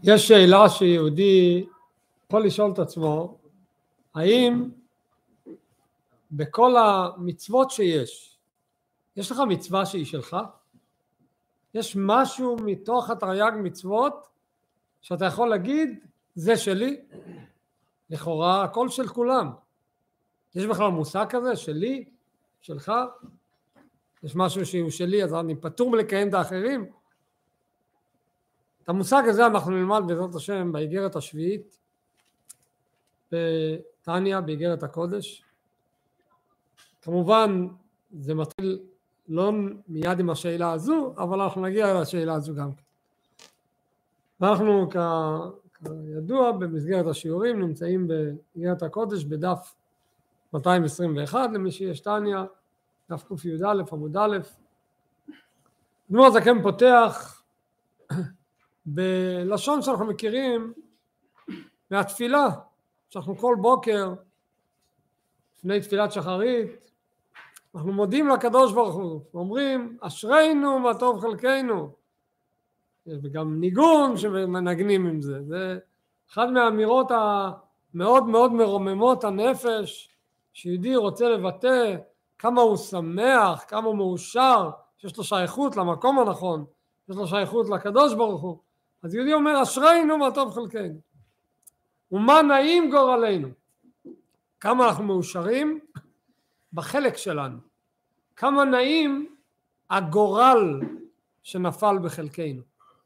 יש שאלה שיהודי יכול לשאול את עצמו, האם בכל המצוות יש לך מצווה שהיא שלך? יש משהו מתוך התרי"ג מצוות שאתה יכול להגיד, זה שלי? לכאורה הכל של כולם. יש בכלל מושג כזה, שלי, שלך? יש משהו שהוא שלי, אז אני פטור מלקיים את האחרים? את המושג הזה אנחנו נלמד בעזרת השם באיגרת השביעית, בתניא, באיגרת הקודש. כמובן זה מתחיל לא מיד עם השאלה הזו, אבל אנחנו נגיע לשאלה הזו גם כן. אנחנו כידוע במסגרת השיעורים נמצאים באיגרת הקודש בדף 221, למי שיש תניא, דף קי"א עמוד א'. אדמו"ר הזקן פותח בלשון שאנחנו מכירים מהתפילה, שאנחנו כל בוקר לפני תפילת שחרית אנחנו מודים לקדוש ברוך הוא, אומרים אשרינו מה טוב חלקנו. יש גם ניגון שמנגנים עם זה, זה אחד מהאמירות המאוד מאוד מרוממות הנפש, שיהודי רוצה לבטא כמה הוא שמח, כמה הוא מאושר, שיש לו שייכות למקום הנכון, יש לו שייכות לקדוש ברוך הוא. אז יהודי אומר אשרינו מה טוב חלקנו ומה נעים גורלנו. כמה אנחנו מאושרים בחלק שלנו, כמה נעים הגורל שנפל בחלקנו.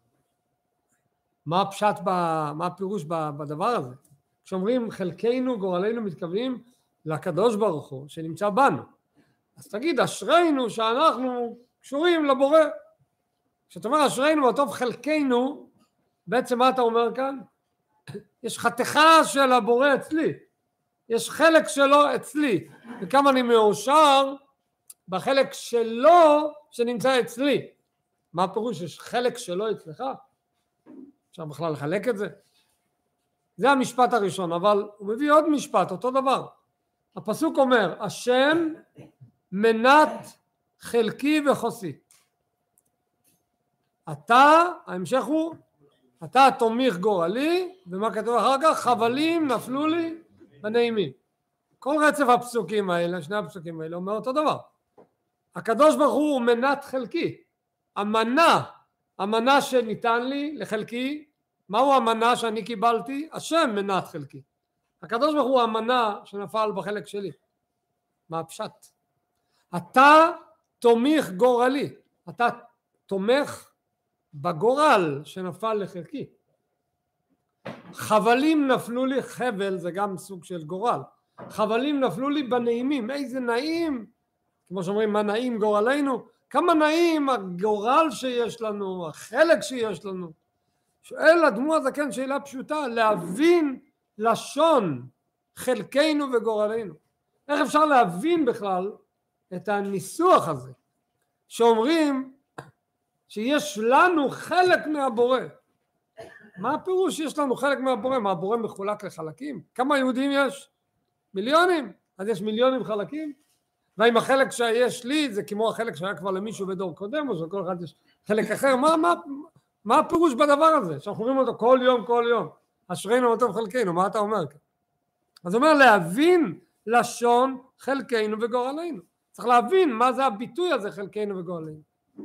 מה הפשט, מה הפירוש בדבר הזה? כשאומרים חלקנו גורלנו מתכוונים לקדוש ברוך הוא שנמצא בנו. אז תגיד אשרינו שאנחנו קשורים לבורא. כשאתה אומר אשרינו מה טוב חלקנו, בעצם מה אתה אומר כאן? יש חתיכה של הבורא אצלי, יש חלק שלו אצלי, וכמה אני מאושר בחלק שלו שנמצא אצלי. מה הפירוש? יש חלק שלו אצלך? אפשר בכלל לחלק את זה? זה המשפט הראשון, אבל הוא מביא עוד משפט, אותו דבר. הפסוק אומר, השם מנת חלקי וחוסי. אתה, ההמשך הוא, אתה תומיך גורלי, ומה כתוב אחר כך? חבלים נפלו לי בנעימים. כל רצף הפסוקים האלה, שני הפסוקים האלה, אומר אותו דבר. הקדוש ברוך הוא מנת חלקי. המנה שניתן לי לחלקי, מהו המנה שאני קיבלתי? השם מנת חלקי. הקדוש ברוך הוא המנה שנפל בחלק שלי. מה הפשט? אתה תומיך גורלי, אתה תומך בגורל שנפל לחלקי. חבלים נפלו לי, חבל זה גם סוג של גורל. חבלים נפלו לי בנעימים, איזה נעים, כמו שאומרים מה נעים גורלנו, כמה נעים הגורל שיש לנו, החלק שיש לנו. שואל אדמו"ר הזקן שאלה פשוטה, להבין לשון חלקנו וגורלנו. איך אפשר להבין בכלל את הניסוח הזה שאומרים שיש לנו חלק מהבורא? מה הפירוש שיש לנו חלק מהבורא? מה, הבורא מחולק לחלקים? כמה יהודים יש? מיליונים. אז יש מיליונים חלקים? והאם החלק שיש לי זה כמו החלק שהיה כבר למישהו בדור קודם, או שכל אחד יש חלק אחר? מה הפירוש בדבר הזה שאנחנו רואים אותו כל יום? אשרינו מה טוב חלקנו, מה אתה אומר כאן? אז הוא אומר להבין לשון חלקנו וגורלנו. צריך להבין מה זה הביטוי הזה חלקנו וגורלנו.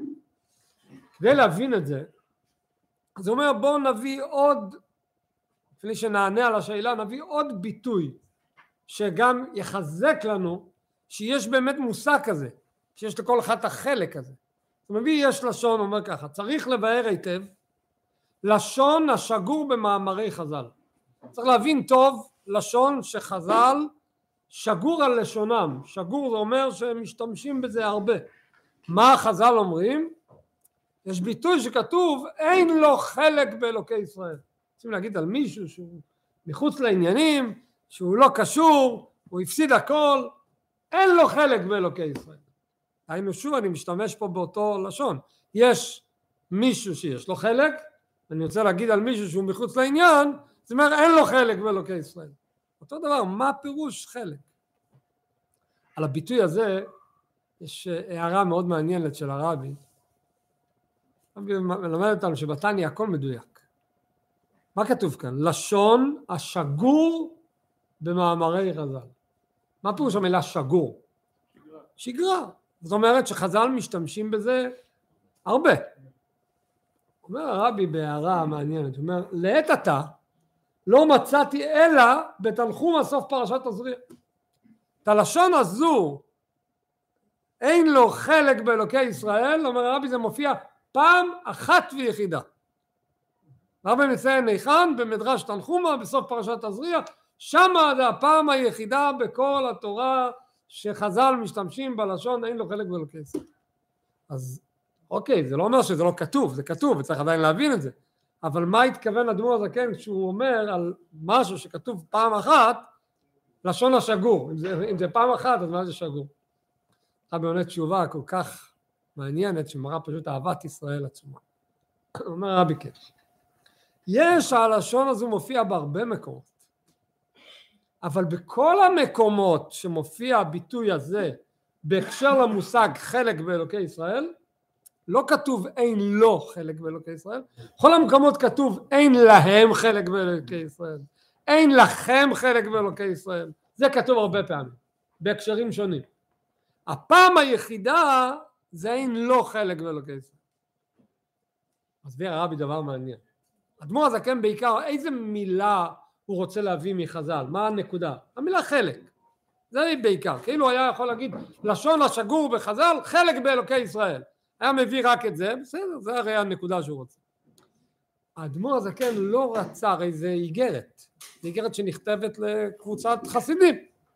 כדי להבין את זה, אז הוא אומר בואו נביא עוד, לפני שנענה על השאלה, נביא עוד ביטוי שגם יחזק לנו שיש באמת מושג כזה, שיש לכל אחד את החלק הזה. הוא מביא יש לשון, הוא אומר ככה, צריך לבאר היטב לשון השגור במאמרי חז"ל. צריך להבין טוב לשון שחז"ל שגור על לשונם. שגור זה אומר שמשתמשים בזה הרבה. מה חז"ל אומרים? יש ביטוי שכתוב אין לו חלק באלוקי ישראל. רוצים להגיד על מישהו שהוא מחוץ לעניינים, שהוא לא קשור, הוא הפסיד הכל, אין לו חלק באלוקי ישראל. היינו שוב, אני משתמש פה באותו לשון. יש מישהו שיש לו חלק, אני רוצה להגיד על מישהו שהוא מחוץ לעניין, זאת אומרת אין לו חלק באלוקי ישראל. אותו דבר, מה פירוש חלק? על הביטוי הזה יש הערה מאוד מעניינת של הרבי. הרבי מלמד אותנו שבתניא הכל מדויק. מה כתוב כאן? לשון השגור במאמרי חז"ל. מה פירוש המילה שגור? שגרה. זאת אומרת שחז"ל משתמשים בזה הרבה. אומר הרבי בהערה מעניינת, הוא אומר, לעת עתה לא מצאתי אלא בתנחום הסוף פרשת תזריע. את הלשון הזו, אין לו חלק באלוקי ישראל, אומר הרבי, זה מופיע פעם אחת ויחידה. הרבי מציין היכן במדרש תנחומה בסוף פרשת תזריע, שמה זה הפעם היחידה בכל התורה שחז"ל משתמשים בלשון אין לו חלק באלוקי ישראל. אז אוקיי, זה לא אומר שזה לא כתוב, זה כתוב וצריך עדיין להבין את זה, אבל מה התכוון אדמו"ר הזקן כשהוא אומר על משהו שכתוב פעם אחת, לשון השגור, אם זה פעם אחת אז מה זה שגור? הרבי עונה תשובה כל כך מעניינת שמראה פשוט אהבת ישראל עצומה. אומר הרבי כן, יש הלשון הזו מופיע בהרבה מקומות, אבל בכל המקומות שמופיע הביטוי הזה בהקשר למושג חלק באלוקי ישראל, לא כתוב אין לו חלק באלוקי ישראל, בכל המקומות כתוב אין להם חלק באלוקי ישראל, אין לכם חלק באלוקי ישראל, זה כתוב הרבה פעמים, בהקשרים שונים. הפעם היחידה זה אין לו חלק באלוקי ישראל. מסביר הרבי דבר מעניין. אדמו"ר הזקן בעיקר, איזה מילה הוא רוצה להביא מחז"ל? מה הנקודה? המילה חלק. זה בעיקר. כאילו היה יכול להגיד, לשון השגור בחז"ל, חלק באלוקי ישראל. היה מביא רק את זה, בסדר, זה הרי הנקודה שהוא רוצה. האדמו"ר הזקן לא רצה, הרי זה איגרת. זה איגרת שנכתבת לקבוצת חסידים.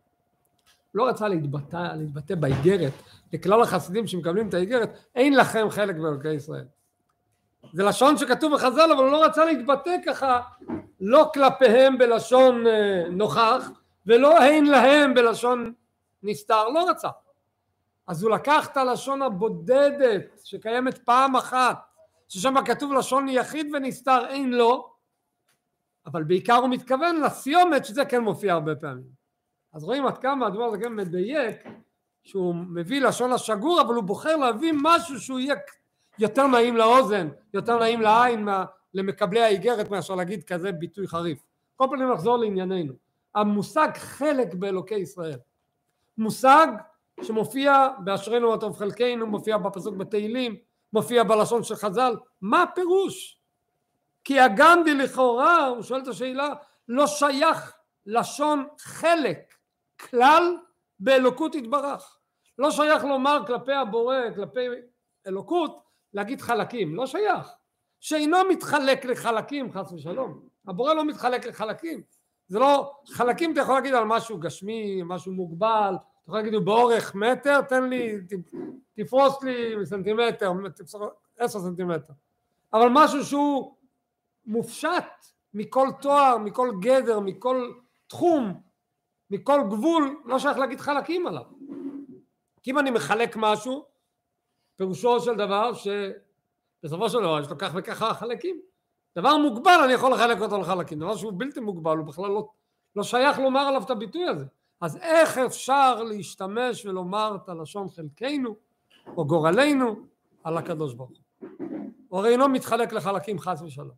לא רצה להתבטא באיגרת, לכלל החסידים שמקבלים את האיגרת, אין לכם חלק באלוקי ישראל. זה לשון שכתוב בחז"ל, אבל הוא לא רצה להתבטא ככה, לא כלפיהם בלשון נוכח, ולא אין להם בלשון נסתר, לא רצה. אז הוא לקח את הלשון הבודדת, שקיימת פעם אחת, ששם כתוב לשון יחיד ונסתר, אין לו, אבל בעיקר הוא מתכוון לסיומת, שזה כן מופיע הרבה פעמים. אז רואים עד כמה הדבר הזה כן מדייק, שהוא מביא לשון השגור, אבל הוא בוחר להביא משהו שהוא יהיה יותר נעים לאוזן, יותר נעים לעין למקבלי האיגרת מאשר להגיד כזה ביטוי חריף. כל פעמים נחזור לענייננו. המושג חלק באלוקי ישראל, מושג שמופיע באשרינו מה טוב חלקנו, מופיע בפסוק בתהילים, מופיע בלשון של חז"ל. מה הפירוש? כי הגנדי לכאורה, הוא שואל את השאלה, לא שייך לשון חלק, כלל באלוקות יתברך. לא שייך לומר כלפי הבורא, כלפי אלוקות, להגיד חלקים, לא שייך. שאינו מתחלק לחלקים, חס ושלום. הבורא לא מתחלק לחלקים. זה לא, חלקים אתה יכול להגיד על משהו גשמי, משהו מוגבל, אתה יכול להגיד באורך מטר, תן לי, תפרוס לי סנטימטר, 10 סנטימטר. אבל משהו שהוא מופשט מכל תואר, מכל גדר, מכל תחום, מכל גבול, לא שייך להגיד חלקים עליו. כי אם אני מחלק משהו, פירושו של דבר שבסופו של דבר יש לו כך וככה חלקים. דבר מוגבל אני יכול לחלק אותו לחלקים, דבר שהוא בלתי מוגבל, הוא בכלל לא שייך לומר עליו את הביטוי הזה. אז איך אפשר להשתמש ולומר את הלשון חלקנו או גורלנו על הקדוש ברוך הוא? הוא הרי אינו מתחלק לחלקים חס ושלום.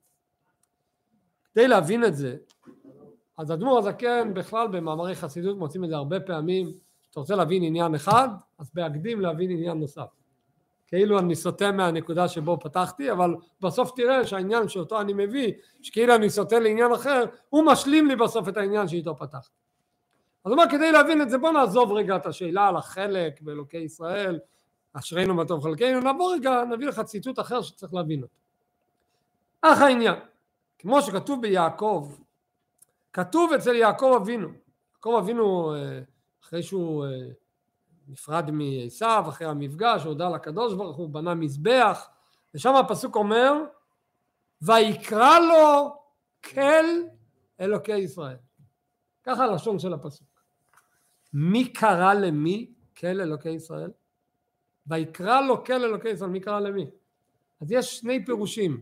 כדי להבין את זה, אז האדמו"ר הזקן בכלל במאמרי חסידות מוצאים את זה הרבה פעמים. אתה רוצה להבין עניין אחד, אז בהקדים להבין עניין נוסף. כאילו אני סוטה מהנקודה שבו פתחתי, אבל בסוף תראה שהעניין שאותו אני מביא, שכאילו אני סוטה לעניין אחר, הוא משלים לי בסוף את העניין שאיתו פתחתי. אז אומר, כדי להבין את זה, בוא נעזוב רגע את השאלה על החלק באלוקי ישראל, אשרינו מה טוב חלקנו, נבוא רגע, נביא לך ציטוט אחר שצריך להבין אותו. אך העניין, כמו שכתוב ביעקב, כתוב אצל יעקב אבינו, יעקב אבינו אחרי שהוא נפרד מעשיו, אחרי המפגש, הוא הודה לקדוש ברוך הוא, בנה מזבח, ושם הפסוק אומר, ויקרא לו כל אלוקי ישראל. ככה הלשון של הפסוק. מי קרא למי כל אלוקי ישראל? ויקרא לו כל אלוקי ישראל, מי קרא למי? אז יש שני פירושים.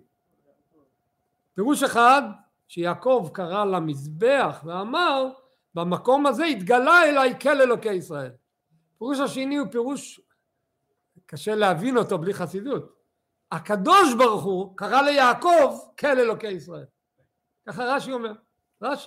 פירוש אחד, שיעקב קרא למזבח ואמר, במקום הזה התגלה אליי כל אלוקי ישראל. פירוש השני הוא פירוש, קשה להבין אותו בלי חסידות. הקדוש ברוך הוא קרא ליעקב כל אלוקי ישראל. ככה רש"י אומר, רש"י.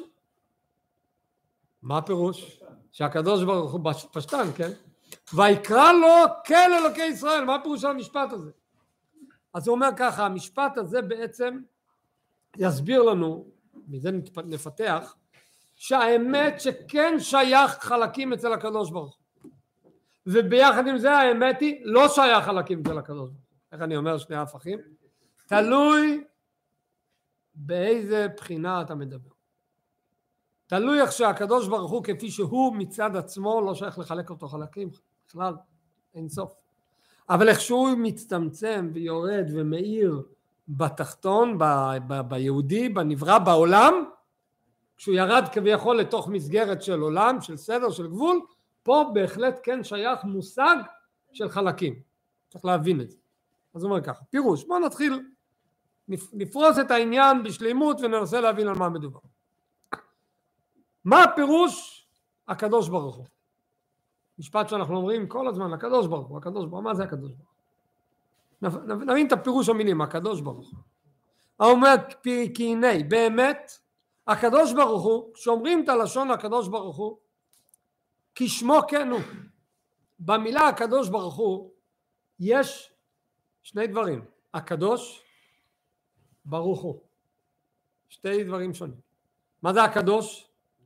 מה הפירוש? שהקדוש ברוך הוא פשטן, כן? ויקרא לו כל אלוקי ישראל, מה הפירוש של המשפט הזה? אז הוא אומר ככה, המשפט הזה בעצם יסביר לנו, מזה נפתח, שהאמת שכן שייך חלקים אצל הקדוש ברוך הוא. וביחד עם זה האמת היא לא שייך חלקים אצל הקדוש ברוך הוא. איך אני אומר שני הפכים? תלוי באיזה בחינה אתה מדבר. תלוי איך שהקדוש ברוך הוא כפי שהוא מצד עצמו לא שייך לחלק אותו חלקים, בכלל אין סוף. אבל איך שהוא מצטמצם ויורד ומאיר בתחתון, ביהודי, בנברא, בעולם, כשהוא ירד כביכול לתוך מסגרת של עולם, של סדר, של גבול, פה בהחלט כן שייך מושג של חלקים. צריך להבין את זה. אז הוא אומר ככה, פירוש, בואו נתחיל, נפרוס את העניין בשלימות וננסה להבין על מה מדובר. מה הפירוש הקדוש ברוך הוא? משפט שאנחנו אומרים כל הזמן, הקדוש ברוך הוא, הקדוש ברוך הוא, מה זה הקדוש ברוך הוא? נבין את הפירוש המילים, הקדוש ברוך הוא. הוא אומר, כי הנה, באמת, הקדוש ברוך הוא, כשאומרים את הלשון הקדוש ברוך הוא, כשמו כן הוא. במילה הקדוש ברוך הוא, יש שני דברים, הקדוש ברוך הוא. שתי דברים שונים. מה זה הקדוש?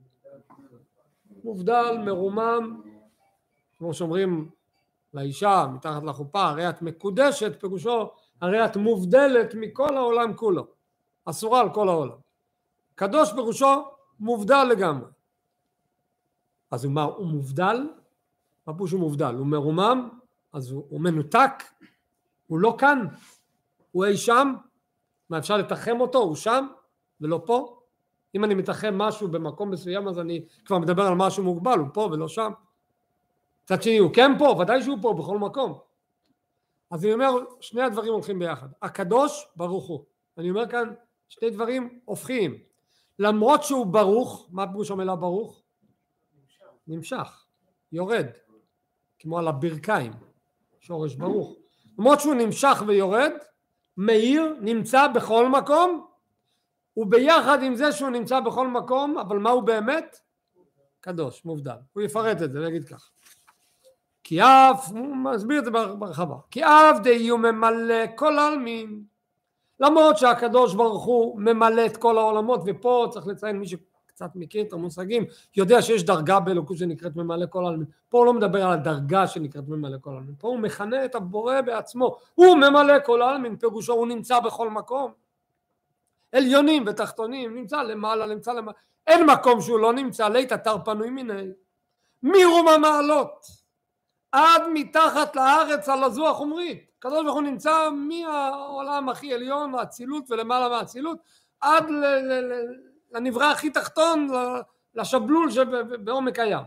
מובדל, מרומם, כמו שאומרים לאישה מתחת לחופה, הרי את מקודשת, פירושו, הרי את מובדלת מכל העולם כולו, אסורה על כל העולם. קדוש פירושו מובדל לגמרי. אז הוא מובדל, מה פירוש הוא מובדל? הוא מרומם, אז הוא מנותק, הוא לא כאן, הוא אי שם, מה אפשר לתחם אותו, הוא שם ולא פה. אם אני מתחם משהו במקום מסוים אז אני כבר מדבר על משהו מוגבל, הוא פה ולא שם. מצד שני הוא כן פה, ודאי שהוא פה בכל מקום. אז אני אומר שני הדברים הולכים ביחד, הקדוש ברוך הוא. אני אומר כאן שני דברים הופכים, למרות שהוא ברוך, מה פירוש המילה ברוך? נמשך, יורד, כמו על הברכיים, שורש ברוך. למרות שהוא נמשך ויורד, מאיר, נמצא בכל מקום, וביחד עם זה שהוא נמצא בכל מקום, אבל מה הוא באמת? קדוש, מובדל. הוא יפרט את זה ויגיד כך. כי אף, הוא מסביר את זה ברחבה, כי אף דיו ממלא כל העלמין, למרות שהקדוש ברוך הוא ממלא את כל העולמות, ופה צריך לציין מי שקצת מכיר את המושגים, יודע שיש דרגה באלוקות שנקראת ממלא כל העלמין. פה הוא לא מדבר על הדרגה שנקראת ממלא כל העלמין, פה הוא מכנה את הבורא בעצמו, הוא ממלא כל העלמין, פירושו הוא נמצא בכל מקום. עליונים ותחתונים, נמצא למעלה, נמצא למעלה, אין מקום שהוא לא נמצא, לית אתר פנוי מיני, מרום המעלות, עד מתחת לארץ על הזו החומרית, הקדוש ברוך הוא נמצא מהעולם הכי עליון, האצילות ולמעלה מהאצילות, עד לנברא הכי תחתון, לשבלול שבעומק הים.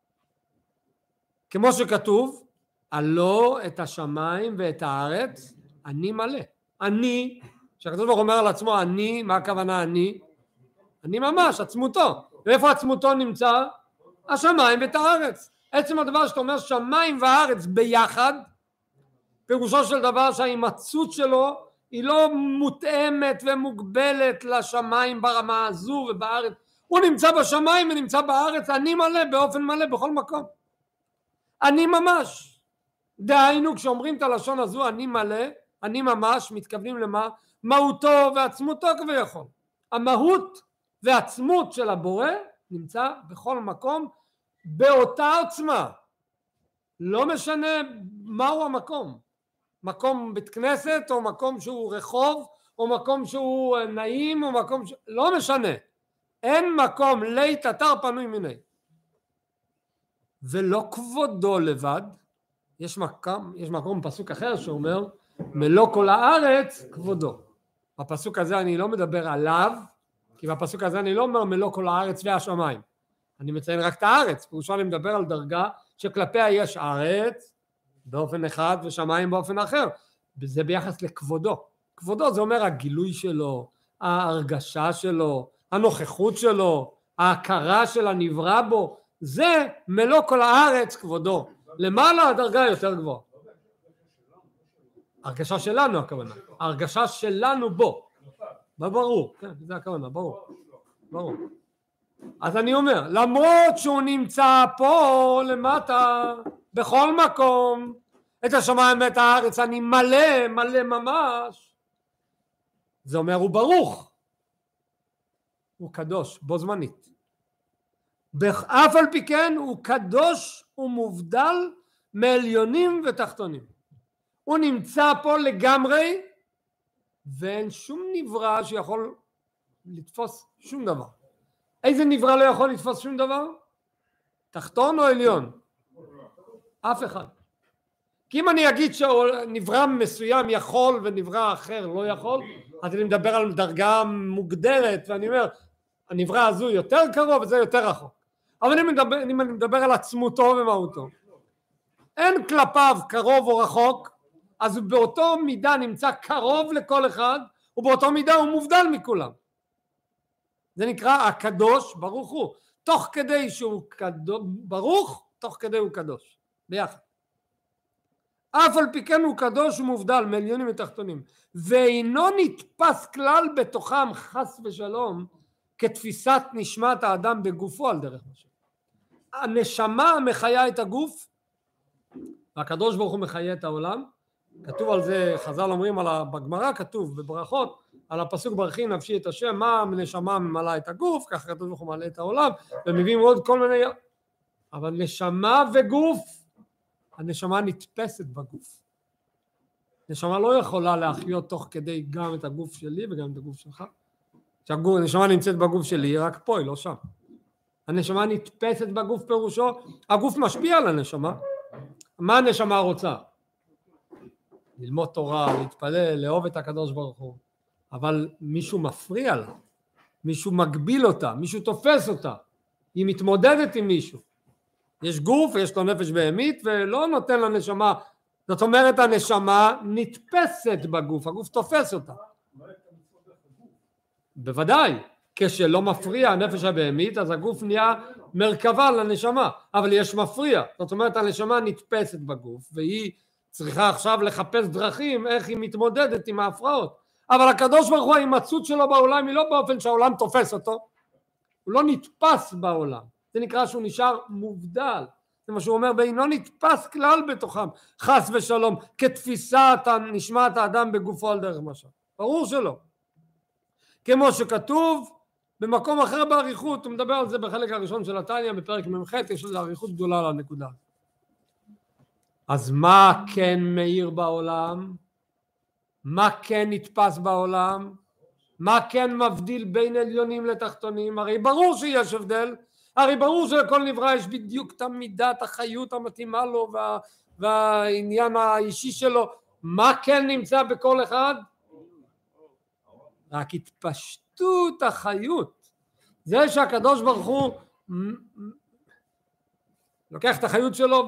כמו שכתוב, הלא את השמיים ואת הארץ, אני מלא. אני, שהקדוש ברוך הוא אומר על עצמו אני, מה הכוונה אני? אני ממש, עצמותו. ואיפה עצמותו נמצא? השמיים ואת הארץ. עצם הדבר שאתה אומר שמיים וארץ ביחד, פירושו של דבר שההימצאות שלו היא לא מותאמת ומוגבלת לשמיים ברמה הזו ובארץ. הוא נמצא בשמיים ונמצא בארץ, אני מלא באופן מלא בכל מקום. אני ממש. דהיינו כשאומרים את הלשון הזו אני מלא, אני ממש, מתכוונים למה? מהותו ועצמותו כביכול. המהות והעצמות של הבורא נמצא בכל מקום באותה עוצמה. לא משנה מהו המקום. מקום בית כנסת או מקום שהוא רחוב או מקום שהוא נעים או מקום לא משנה. אין מקום לית אתר פנוי מיני. ולא כבודו לבד. יש מקום פסוק אחר שאומר מלוא כל הארץ כבודו. בפסוק הזה אני לא מדבר עליו, כי בפסוק הזה אני לא אומר מלוא כל הארץ והשמיים. אני מציין רק את הארץ, פירושו אני מדבר על דרגה שכלפיה יש ארץ באופן אחד ושמיים באופן אחר. וזה ביחס לכבודו. כבודו זה אומר הגילוי שלו, ההרגשה שלו, הנוכחות שלו, ההכרה של הנברא בו. זה מלוא כל הארץ כבודו. למעלה הדרגה יותר גבוהה. הרגשה שלנו הכוונה, הרגשה שלנו בו. ברור, כן, זה הכוונה, ברור. ברור. אז אני אומר, למרות שהוא נמצא פה למטה, בכל מקום, את השמיים ואת הארץ אני מלא, מלא ממש, זה אומר הוא ברוך, הוא קדוש, בו זמנית. אף על פי כן הוא קדוש ומובדל מעליונים ותחתונים. הוא נמצא פה לגמרי, ואין שום נברא שיכול לתפוס שום דבר. איזה נברא לא יכול לתפוס שום דבר? תחתון או עליון? אף אחד. כי אם אני אגיד שנברא מסוים יכול ונברא אחר לא יכול, אז אני מדבר על דרגה מוגדרת, ואני אומר, הנברא הזו יותר קרוב וזה יותר רחוק. אבל אם אני מדבר על עצמותו ומהותו, אין כלפיו קרוב או רחוק, אז הוא באותו מידה נמצא קרוב לכל אחד, ובאותו מידה הוא מובדל מכולם. זה נקרא הקדוש ברוך הוא. תוך כדי שהוא ברוך, תוך כדי הוא קדוש. ביחד. אף על פי כן הוא קדוש ומובדל מעליונים ותחתונים. ואינו נתפס כלל בתוכם חס ושלום, כתפיסת נשמת האדם בגופו על דרך משהו. הנשמה מחיה את הגוף, והקדוש ברוך הוא מחיה את העולם. כתוב על זה, חז"ל אומרים בגמרא, כתוב בברכות, על הפסוק ברכי נפשי את השם, מה הנשמה ממלאה את הגוף, ככה כתוב ברוך הוא מעלה את העולם, ומביאים עוד כל מיני, אבל נשמה וגוף, הנשמה נתפסת בגוף. נשמה לא יכולה להחיות תוך כדי גם את הגוף שלי וגם את הגוף שלך. כשהנשמה נמצאת בגוף שלי, היא רק פה, היא לא שם. הנשמה נתפסת בגוף פירושו, הגוף משפיע על הנשמה. מה הנשמה רוצה? ללמוד תורה, להתפלל, לאהוב את הקדוש ברוך הוא. אבל מישהו מפריע לה, מישהו מגביל אותה, מישהו תופס אותה. היא מתמודדת עם מישהו. יש גוף, יש לו נפש בהמית, ולא נותן לנשמה. זאת אומרת, הנשמה נתפסת בגוף, הגוף תופס אותה. בוודאי, כשלא מפריע הנפש הבהמית, אז הגוף נהיה מרכבה לנשמה, אבל יש מפריע. זאת אומרת, הנשמה נתפסת בגוף, והיא צריכה עכשיו לחפש דרכים איך היא מתמודדת עם ההפרעות. אבל הקדוש ברוך הוא, ההימצאות שלו בעולם היא לא באופן שהעולם תופס אותו, הוא לא נתפס בעולם, זה נקרא שהוא נשאר מובדל. זה מה שהוא אומר, ואינו נתפס כלל בתוכם חס ושלום כתפיסת נשמת האדם בגופו על דרך משל. ברור שלא. כמו שכתוב במקום אחר באריכות, הוא מדבר על זה בחלק הראשון של התניא בפרק מ"ח, יש לזה אריכות גדולה על הנקודה. אז מה כן מאיר בעולם? מה כן נתפס בעולם? מה כן מבדיל בין עליונים לתחתונים? הרי ברור שיש הבדל, הרי ברור שלכל נברא יש בדיוק את מידת החיות המתאימה לו והעניין האישי שלו. מה כן נמצא בכל אחד? רק התפשטות החיות. זה שהקדוש ברוך הוא לוקח את החיות שלו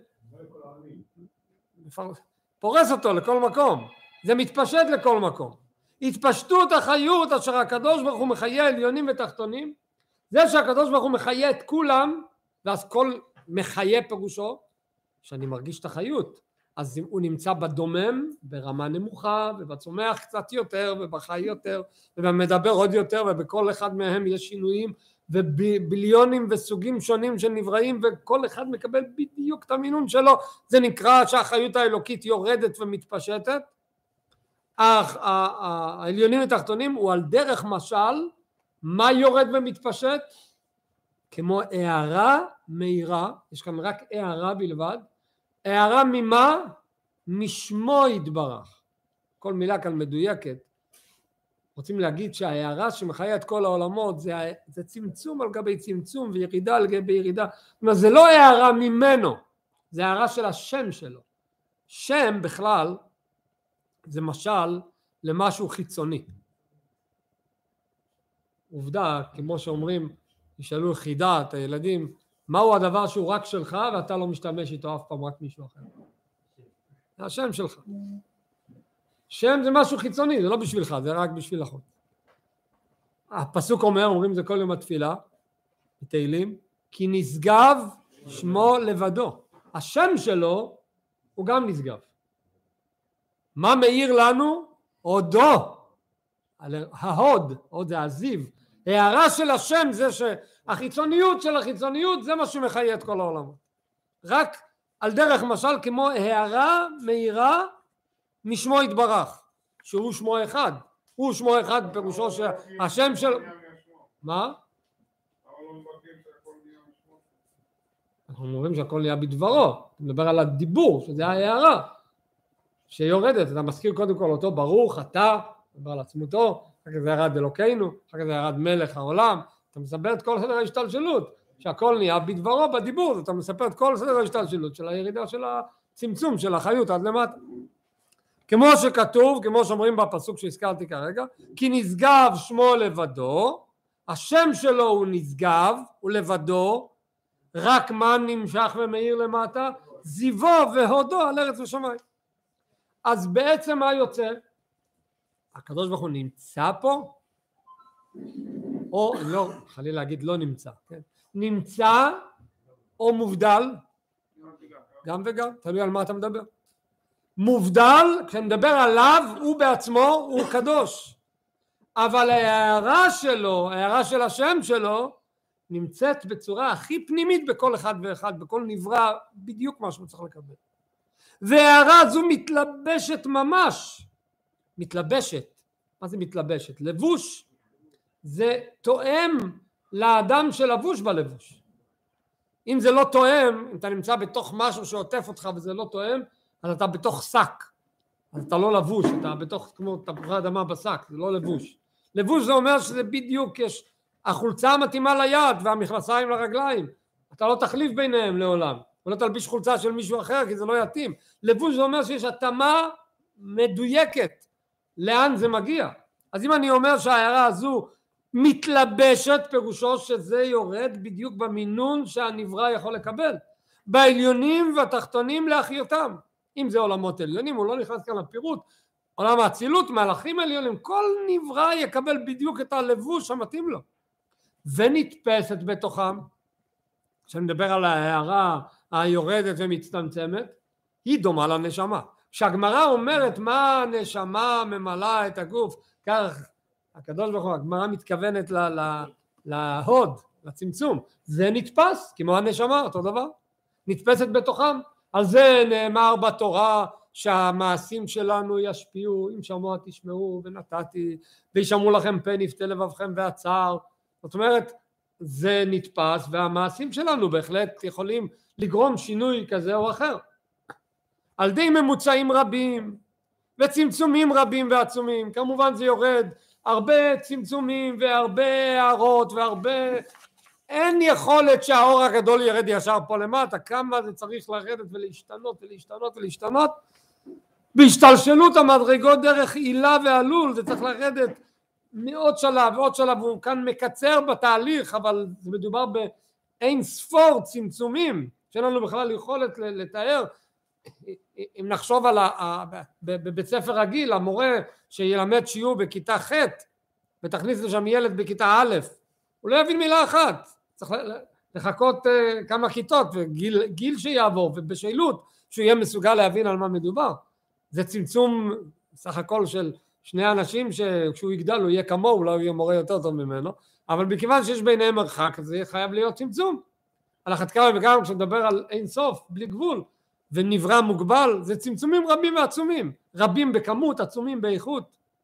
ופורס אותו לכל מקום. זה מתפשט לכל מקום. התפשטות החיות אשר הקדוש ברוך הוא מחיה עליונים ותחתונים, זה שהקדוש ברוך הוא מחיה את כולם, ואז כל מחיה פירושו שאני מרגיש את החיות. אז הוא נמצא בדומם ברמה נמוכה, ובצומח קצת יותר, ובחי יותר, ובמדבר עוד יותר, ובכל אחד מהם יש שינויים, וביליונים וסוגים שונים של נבראים, וכל אחד מקבל בדיוק את המינון שלו. זה נקרא שהחיות האלוקית יורדת ומתפשטת. העליונים ותחתונים הוא על דרך משל, מה יורד ומתפשט? כמו הערה מהירה, יש כאן רק הערה בלבד, הערה ממה? משמו יתברך. כל מילה כאן מדויקת. רוצים להגיד שההערה שמחיה את כל העולמות זה צמצום על גבי צמצום וירידה על גבי ירידה. כלומר זה לא הערה ממנו, זה הערה של השם שלו. שם בכלל זה משל למשהו חיצוני. עובדה, כמו שאומרים, ישאלו חידה את הילדים, מהו הדבר שהוא רק שלך ואתה לא משתמש איתו אף פעם, רק מישהו אחר? זה השם שלך. שם זה משהו חיצוני, זה לא בשבילך, זה רק בשביל החוץ. הפסוק אומרים זה כל יום התפילה, בתהילים, כי נשגב שמו לבדו. השם שלו הוא גם נשגב. מה מאיר לנו? עודו. ההוד, הוד זה הזיו, הערה של השם זה שהחיצוניות של החיצוניות זה מה שמחיה את כל העולמות. רק על דרך משל כמו הערה מהירה משמו יתברך, שהוא שמו אחד. הוא שמו אחד פירושו שהשם של... מה? אנחנו אומרים שהכל נהיה בדברו, אתה מדבר על הדיבור, שזה ההערה שיורדת, אתה מזכיר קודם כל אותו ברוך, אתה, מדבר על עצמותו, אחר כך זה ירד אלוקינו, אחר כך זה ירד מלך העולם, אתה מספר את כל סדר ההשתלשלות, שהכל נהיה בדברו בדיבור, אתה מספר את כל סדר ההשתלשלות של הירידה של הצמצום של החיות עד למטה. כמו שכתוב, כמו שאומרים בפסוק שהזכרתי כרגע, כי נשגב שמו לבדו, השם שלו הוא נשגב, הוא לבדו, רק מה נמשך ומאיר למטה? זיוו והודו על ארץ ושמיים. אז בעצם מה יוצא? הקדוש ברוך הוא נמצא פה, או לא, חלילה להגיד לא נמצא, כן? נמצא או מובדל? גם וגם, תלוי על מה אתה מדבר. מובדל, כשנדבר עליו, הוא בעצמו, הוא קדוש. אבל ההערה שלו, ההערה של השם שלו, נמצאת בצורה הכי פנימית בכל אחד ואחד, בכל נברא, בדיוק מה שהוא צריך לקבל. וההערה הזו מתלבשת ממש. מתלבשת. מה זה מתלבשת? לבוש. זה תואם לאדם שלבוש בלבוש. אם זה לא תואם, אם אתה נמצא בתוך משהו שעוטף אותך וזה לא תואם, אז אתה בתוך שק. אז אתה לא לבוש, אתה בתוך כמו תפוחי אדמה בשק, זה לא לבוש. לבוש זה אומר שזה בדיוק, יש החולצה המתאימה ליד והמכנסיים לרגליים. אתה לא תחליף ביניהם לעולם. ולא תלביש חולצה של מישהו אחר כי זה לא יתאים. לבוש זה אומר שיש התאמה מדויקת לאן זה מגיע. אז אם אני אומר שההערה הזו מתלבשת, פירושו שזה יורד בדיוק במינון שהנברא יכול לקבל. בעליונים והתחתונים להחיותם. אם זה עולמות עליונים, הוא לא נכנס כאן לפירוט, עולם האצילות, מלאכים עליונים, כל נברא יקבל בדיוק את הלבוש המתאים לו. ונתפסת בתוכם, כשאני מדבר על ההערה היורדת ומצטמצמת, היא דומה לנשמה. כשהגמרא אומרת מה הנשמה ממלאה את הגוף, כך הקדוש ברוך הוא, הגמרא מתכוונת להוד, לצמצום, זה נתפס כמו הנשמה, אותו דבר, נתפסת בתוכם. על זה נאמר בתורה שהמעשים שלנו ישפיעו, אם שמוע תשמעו ונתתי, וישמעו לכם פן יפתה לבבכם והצער. זאת אומרת, זה נתפס, והמעשים שלנו בהחלט יכולים לגרום שינוי כזה או אחר. על די ממוצעים רבים וצמצומים רבים ועצומים, כמובן זה יורד, הרבה צמצומים והרבה הערות והרבה, אין יכולת שהאור הגדול ירד ישר פה למטה, כמה זה צריך לרדת ולהשתנות ולהשתנות ולהשתנות, בהשתלשלות המדרגות דרך עילה ועלול, זה צריך לרדת מעוד שלב ועוד שלב, הוא כאן מקצר בתהליך, אבל זה מדובר באין ספור צמצומים, שאין לנו בכלל יכולת לתאר. אם נחשוב על בבית ספר רגיל, המורה שילמד שיעור בכיתה ח' ותכניס לשם ילד בכיתה א', הוא לא יבין מילה אחת, צריך לחכות כמה כיתות וגיל שיעבור ובשאלות שהוא יהיה מסוגל להבין על מה מדובר. זה צמצום סך הכל של שני אנשים שכשהוא יגדל הוא יהיה כמוהו, אולי הוא יהיה מורה יותר טוב ממנו, אבל מכיוון שיש ביניהם מרחק זה חייב להיות צמצום. על אחת כמה וכמה כשנדבר על אין סוף בלי גבול ונברא מוגבל, זה צמצומים רבים ועצומים, רבים בכמות, עצומים באיכות.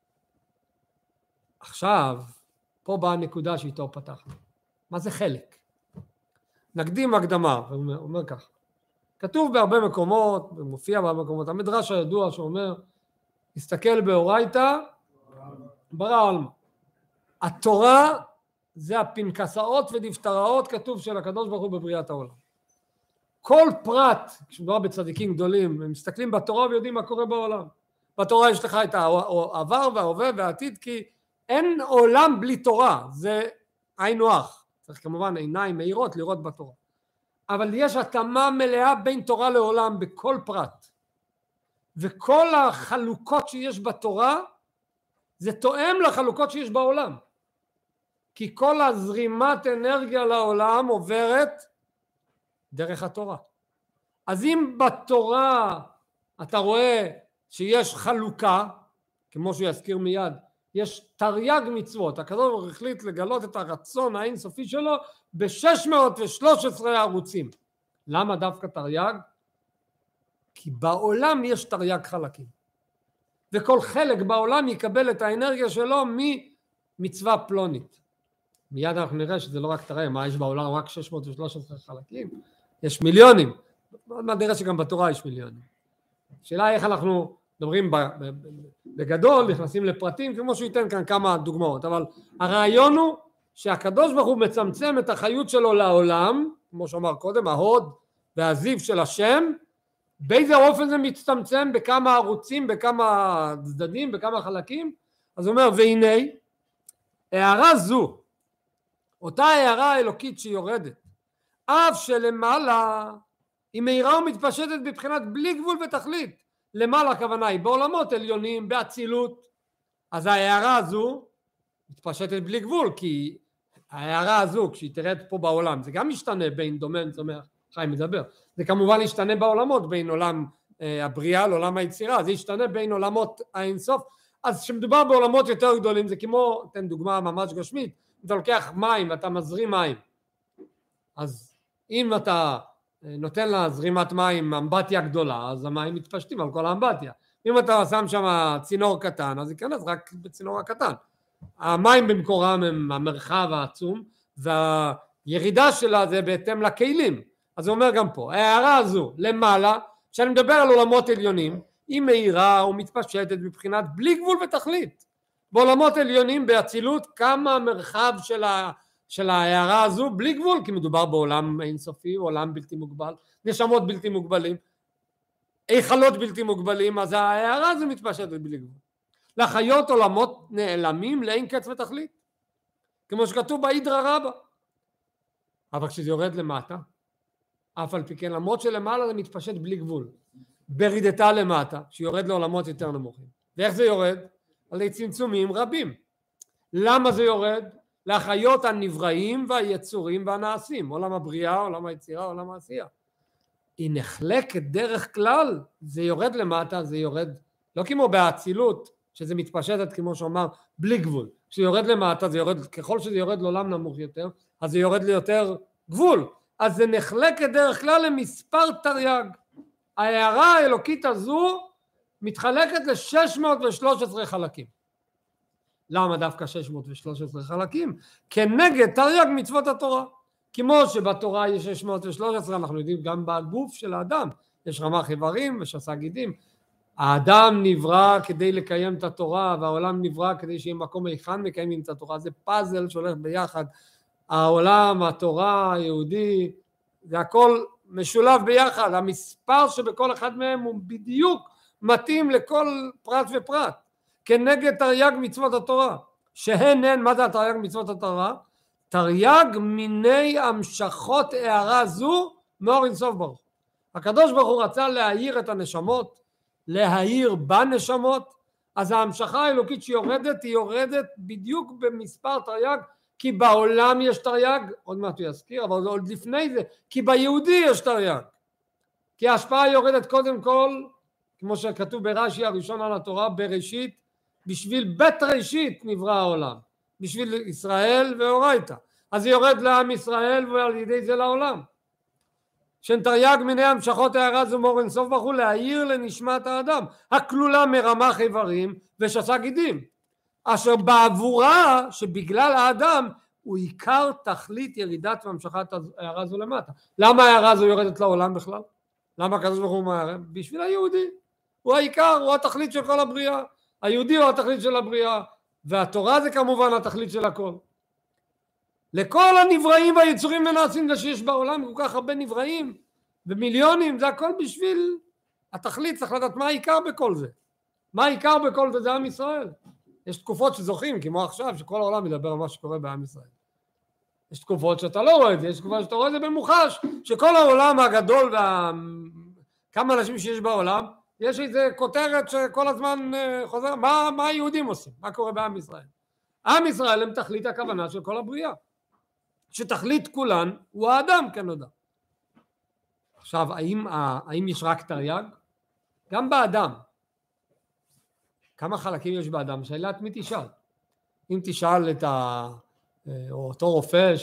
עכשיו פה באה הנקודה שאיתו פתחנו, מה זה חלק? נקדים הקדמה, הוא אומר כך, כתוב בהרבה מקומות, מופיע בהרבה מקומות, המדרש הידוע שאומר, תסתכל באורייתא, ברא עלמא. התורה זה הפנקסאות ודפתראות כתוב של הקדוש ברוך הוא בבריאת העולם. כל פרט, כשמדובר בצדיקים גדולים, הם מסתכלים בתורה ויודעים מה קורה בעולם. בתורה יש לך את העבר וההווה והעתיד, כי אין עולם בלי תורה, זה היינו הך. צריך כמובן עיניים מהירות לראות בתורה. אבל יש התאמה מלאה בין תורה לעולם בכל פרט. וכל החלוקות שיש בתורה, זה תואם לחלוקות שיש בעולם. כי כל הזרימת אנרגיה לעולם עוברת דרך התורה. אז אם בתורה אתה רואה שיש חלוקה, כמו שהוא יזכיר מיד, יש תרי"ג מצוות, הקדוש ברוך הוא החליט לגלות את הרצון האינסופי שלו ב-613 ערוצים. למה דווקא תרי"ג? כי בעולם יש תרי"ג חלקים, וכל חלק בעולם יקבל את האנרגיה שלו ממצווה פלונית. מיד אנחנו נראה שזה לא רק תרי"ג, מה יש בעולם רק 613 חלקים? יש מיליונים, עוד מעט נראה שגם בתורה יש מיליונים. השאלה איך אנחנו מדברים בגדול, נכנסים לפרטים, כמו שהוא ייתן כאן כמה דוגמאות, אבל הרעיון הוא שהקדוש ברוך הוא מצמצם את החיות שלו לעולם, כמו שאמר קודם, ההוד והזיו של השם, באיזה אופן זה מצטמצם, בכמה ערוצים, בכמה צדדים, בכמה חלקים. אז הוא אומר, והנה, הערה זו, אותה הערה האלוקית שיורדת, אף שלמעלה היא מהירה ומתפשטת בבחינת בלי גבול ותכלית. למעלה הכוונה היא בעולמות עליונים, באצילות. אז ההערה הזו מתפשטת בלי גבול, כי ההערה הזו כשהיא תרד פה בעולם זה גם משתנה בין דומיין, זאת אומרת חיים מדבר, זה כמובן ישתנה בעולמות, בין עולם הבריאה לעולם היצירה, זה ישתנה בין עולמות האינסוף. אז כשמדובר בעולמות יותר גדולים, זה כמו, תן דוגמה ממש גשמית, אתה לוקח מים, אתה מזרים מים, אז אם אתה נותן לה זרימת מים אמבטיה גדולה, אז המים מתפשטים על כל האמבטיה. אם אתה שם שם צינור קטן, אז ייכנס רק בצינור הקטן. המים במקורם הם המרחב העצום, והירידה שלה זה בהתאם לכלים. אז הוא אומר גם פה, ההערה הזו למעלה, כשאני מדבר על עולמות עליונים, היא מהירה ומתפשטת בבחינת בלי גבול ותכלית. בעולמות עליונים באצילות כמה המרחב של ההערה הזו בלי גבול, כי מדובר בעולם אינסופי, עולם בלתי מוגבל, נשמות בלתי מוגבלים, היכלות בלתי מוגבלים, אז ההערה הזו מתפשטת בלי גבול. לחיות עולמות נעלמים לאין קץ ותכלית, כמו שכתוב באידרא רבא. אבל כשזה יורד למטה, אף על פי כן, למרות שלמעלה זה מתפשט בלי גבול, ברידתה למטה, שיורד לעולמות יותר נמוכים. ואיך זה יורד? על ידי צמצומים רבים. למה זה יורד? לחיות הנבראים והיצורים והנעשים, עולם הבריאה, עולם היצירה, עולם העשייה. היא נחלקת דרך כלל, זה יורד למטה, זה יורד, לא כמו באצילות, שזה מתפשטת כמו שאומר, בלי גבול. כשזה יורד למטה, זה יורד, ככל שזה יורד לעולם נמוך יותר, אז זה יורד ליותר גבול. אז זה נחלקת דרך כלל למספר תרי"ג. ההערה האלוקית הזו מתחלקת ל-613 חלקים. למה דווקא 613 חלקים? כנגד תרי"ג מצוות התורה. כמו שבתורה יש 613, אנחנו יודעים גם בגוף של האדם, יש רמ"ח איברים ושס"ה גידים. האדם נברא כדי לקיים את התורה, והעולם נברא כדי שיהיה מקום היכן מקיימים את התורה. זה פאזל שהולך ביחד. העולם, התורה, היהודי, זה הכל משולב ביחד. המספר שבכל אחד מהם הוא בדיוק מתאים לכל פרט ופרט. כנגד תרי"ג מצוות התורה, שהן, מה זה תרי"ג מצוות התורה? תרי"ג מיני המשכות הערה זו מאור אינסוף ברוך. הקדוש ברוך הוא רצה להאיר את הנשמות, להאיר בנשמות, אז ההמשכה האלוקית שיורדת, היא יורדת בדיוק במספר תרי"ג, כי בעולם יש תרי"ג, עוד מעט הוא יזכיר, אבל עוד לפני זה, כי ביהודי יש תרי"ג. כי ההשפעה יורדת קודם כל, כמו שכתוב ברש"י הראשון על התורה, בראשית, בשביל בית ראשית נברא העולם, בשביל ישראל ואורייתא. אז זה יורד לעם ישראל ועל ידי זה לעולם. שתרי"ג מיני המשכות הערה זו מאור אינסוף ברוך הוא להאיר לנשמת האדם, הכלולה מרמ"ח איברים ושס"ה גידים, אשר בעבורה שבגלל האדם הוא עיקר תכלית ירידת והמשכת הערה זו למטה. למה הערה זו יורדת לעולם בכלל? למה הקדוש ברוך הוא מערב? בשביל היהודי. הוא העיקר, הוא התכלית של כל הבריאה. היהודי הוא התכלית של הבריאה, והתורה זה כמובן התכלית של הכל. לכל הנבראים והיצורים ונעשים זה שיש בעולם כל כך הרבה נבראים ומיליונים, זה הכל בשביל התכלית. צריך לדעת מה העיקר בכל זה. מה העיקר בכל זה? זה עם ישראל. יש תקופות שזוכים, כמו עכשיו, שכל העולם מדבר על מה שקורה בעם ישראל. יש תקופות שאתה לא רואה את זה, יש תקופות שאתה רואה את זה במוחש, שכל העולם הגדול כמה אנשים שיש בעולם, יש איזה כותרת שכל הזמן חוזר, מה היהודים עושים? מה קורה בעם ישראל? עם ישראל הם תכלית הכוונה של כל הבריאה. שתכלית כולן הוא האדם כנודע. עכשיו, האם יש רק תרי"ג? גם באדם. כמה חלקים יש באדם? שאלה תמיד תשאל. אם תשאל או אותו רופא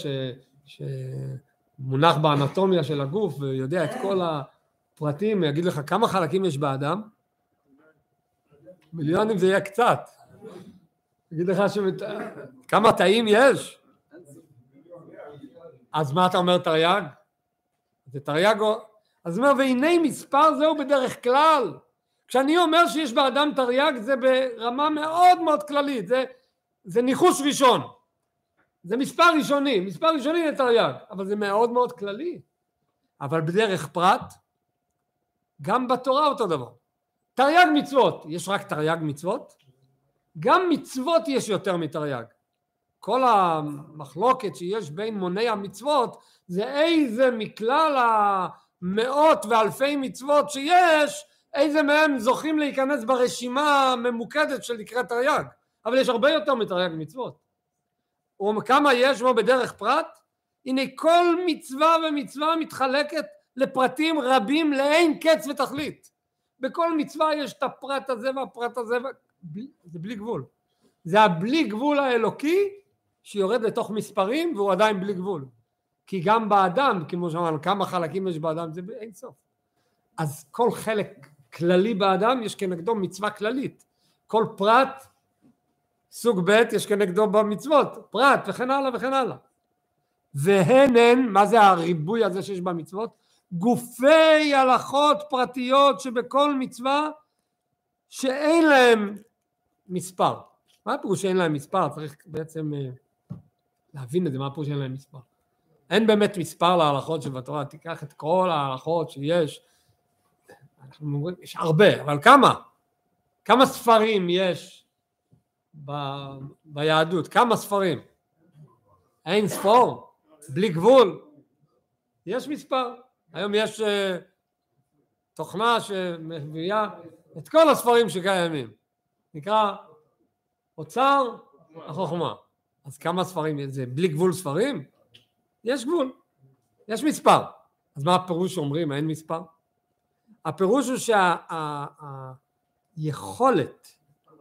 שמונח באנטומיה של הגוף ויודע את כל הפרטים, יגיד לך כמה חלקים יש באדם, מיליונים זה יהיה קצת. יגיד לך כמה תאים יש? אז מה אתה אומר תרי"ג? זה תרי"ג, אז אומר והנה מספר זהו בדרך כלל. כשאני אומר שיש באדם תרי"ג זה ברמה מאוד מאוד כללית, זה ניחוש ראשון, זה מספר ראשוני זה תרי"ג, אבל זה מאוד מאוד כללי. אבל בדרך פרט, גם בתורה אותו דבר. תרי"ג מצוות, יש רק תרי"ג מצוות? גם מצוות יש יותר מתרי"ג. כל המחלוקת שיש בין מוני המצוות, זה איזה מכלל המאות ואלפי מצוות שיש, איזה מהם זוכים להיכנס ברשימה ממוקדת של לקראת תרי"ג. אבל יש הרבה יותר מתרי"ג מצוות. וכמה יש בו בדרך פרט? הנה כל מצווה ומצווה מתחלקת לפרטים רבים לאין קץ ותכלית. בכל מצווה יש את הפרט הזה והפרט הזה, זה בלי גבול. זה הבלי גבול האלוקי שיורד לתוך מספרים והוא עדיין בלי גבול. כי גם באדם, כמו שאמרנו, כמה חלקים יש באדם, זה אין סוף. אז כל חלק כללי באדם יש כנגדו מצווה כללית. כל פרט סוג ב' יש כנגדו במצוות, פרט וכן הלאה וכן הלאה. והנן, מה זה הריבוי הזה שיש במצוות? גופי הלכות פרטיות שבכל מצווה שאין להם מספר. מה הפירוש שאין להם מספר? צריך בעצם להבין את זה, מה הפירוש שאין להם מספר. אין באמת מספר להלכות שבתורה, תיקח את כל ההלכות שיש, אנחנו אומרים, יש הרבה, אבל כמה? כמה ספרים יש ביהדות? כמה ספרים? אין ספור? בלי גבול? יש מספר. היום יש תוכנה שמביאה את כל הספרים שקיימים. נקרא אוצר החוכמה. אז כמה ספרים? זה בלי גבול ספרים? יש גבול. יש מספר. אז מה הפירוש שאומרים אין מספר? הפירוש הוא שהיכולת,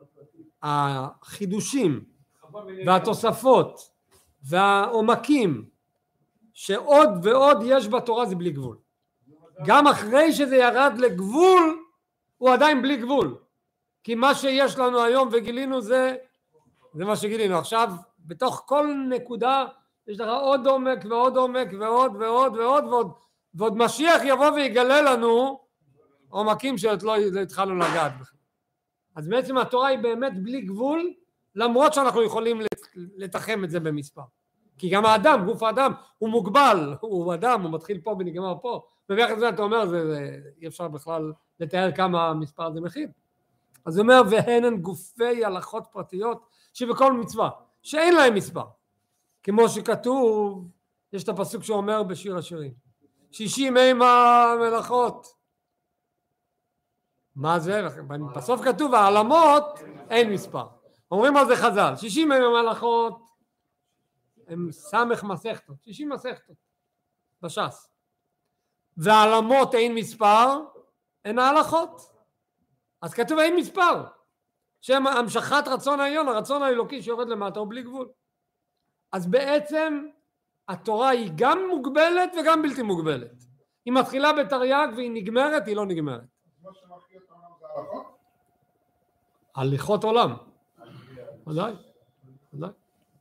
החידושים והתוספות והעומקים שעוד ועוד יש בתורה זה בלי גבול. גם אחרי שזה ירד לגבול הוא עדיין בלי גבול. כי מה שיש לנו היום וגילינו זה מה שגילינו. עכשיו בתוך כל נקודה יש לך עוד עומק ועוד עומק ועוד ועוד ועוד ועוד, ועוד משיח יבוא ויגלה לנו עומקים שעוד לא התחלנו לגעת בכלל. אז בעצם התורה היא באמת בלי גבול, למרות שאנחנו יכולים לתחם את זה במספר. כי גם האדם, גוף האדם, הוא מוגבל, הוא אדם, הוא מתחיל פה ונגמר פה, וביחד לזה אתה אומר, אי אפשר בכלל לתאר כמה מספר זה מכיל. אז הוא אומר, והנן גופי הלכות פרטיות שבכל מצווה, שאין להם מספר. כמו שכתוב, יש את הפסוק שאומר בשיר השירים, 60 המה מלאכות. מה זה? בסוף כתוב, העלמות אין מספר. אומרים על זה חז"ל, 60 המה מלאכות, הם סמך מסכתות, 60 מסכתות בש"ס. והעלמות אין מספר, אין ההלכות. אז כתוב אין מספר, שהם המשכת רצון העליון, הרצון האלוקי שיורד למטה הוא בלי גבול. אז בעצם התורה היא גם מוגבלת וגם בלתי מוגבלת. היא מתחילה בתרי"ג והיא נגמרת, היא לא נגמרת. מה שמכריע את העולם זה הלכות? הליכות עולם. ודאי, ודאי.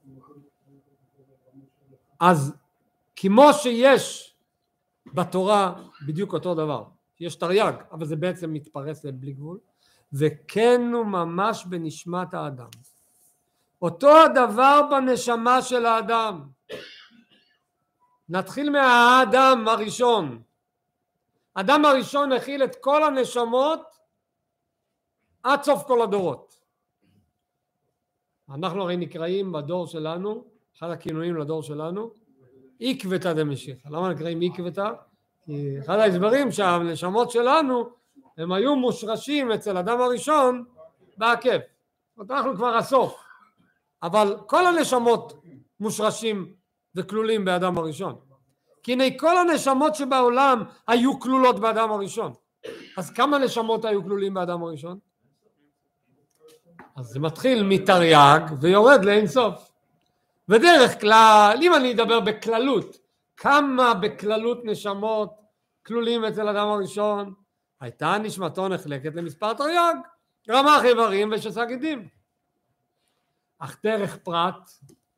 אז כמו שיש בתורה בדיוק אותו דבר, יש תרי"ג, אבל זה בעצם מתפרס לבלי גבול, וכן הוא ממש בנשמת האדם. אותו הדבר בנשמה של האדם. נתחיל מהאדם הראשון. האדם הראשון הכיל את כל הנשמות עד סוף כל הדורות. אנחנו הרי נקראים בדור שלנו, אחד הכינויים לדור שלנו, עקבתא דמשיחא. למה נקראים עקבתא? כי אחד ההסברים שהנשמות שלנו הם היו מושרשים אצל אדם הראשון בעקב. אנחנו כבר הסוף. אבל כל הנשמות מושרשים וכלולים באדם הראשון. כי הנה כל הנשמות שבעולם היו כלולות באדם הראשון. אז כמה נשמות היו כלולים באדם הראשון? אז זה מתחיל מתרי"ג ויורד לאינסוף. בדרך כלל, אם אני אדבר בכללות, כמה בכללות נשמות כלולים אצל אדם הראשון, הייתה נשמתו נחלקת למספר תרי"ג, רמ"ח איברים ושס"ה גידים. אך דרך פרט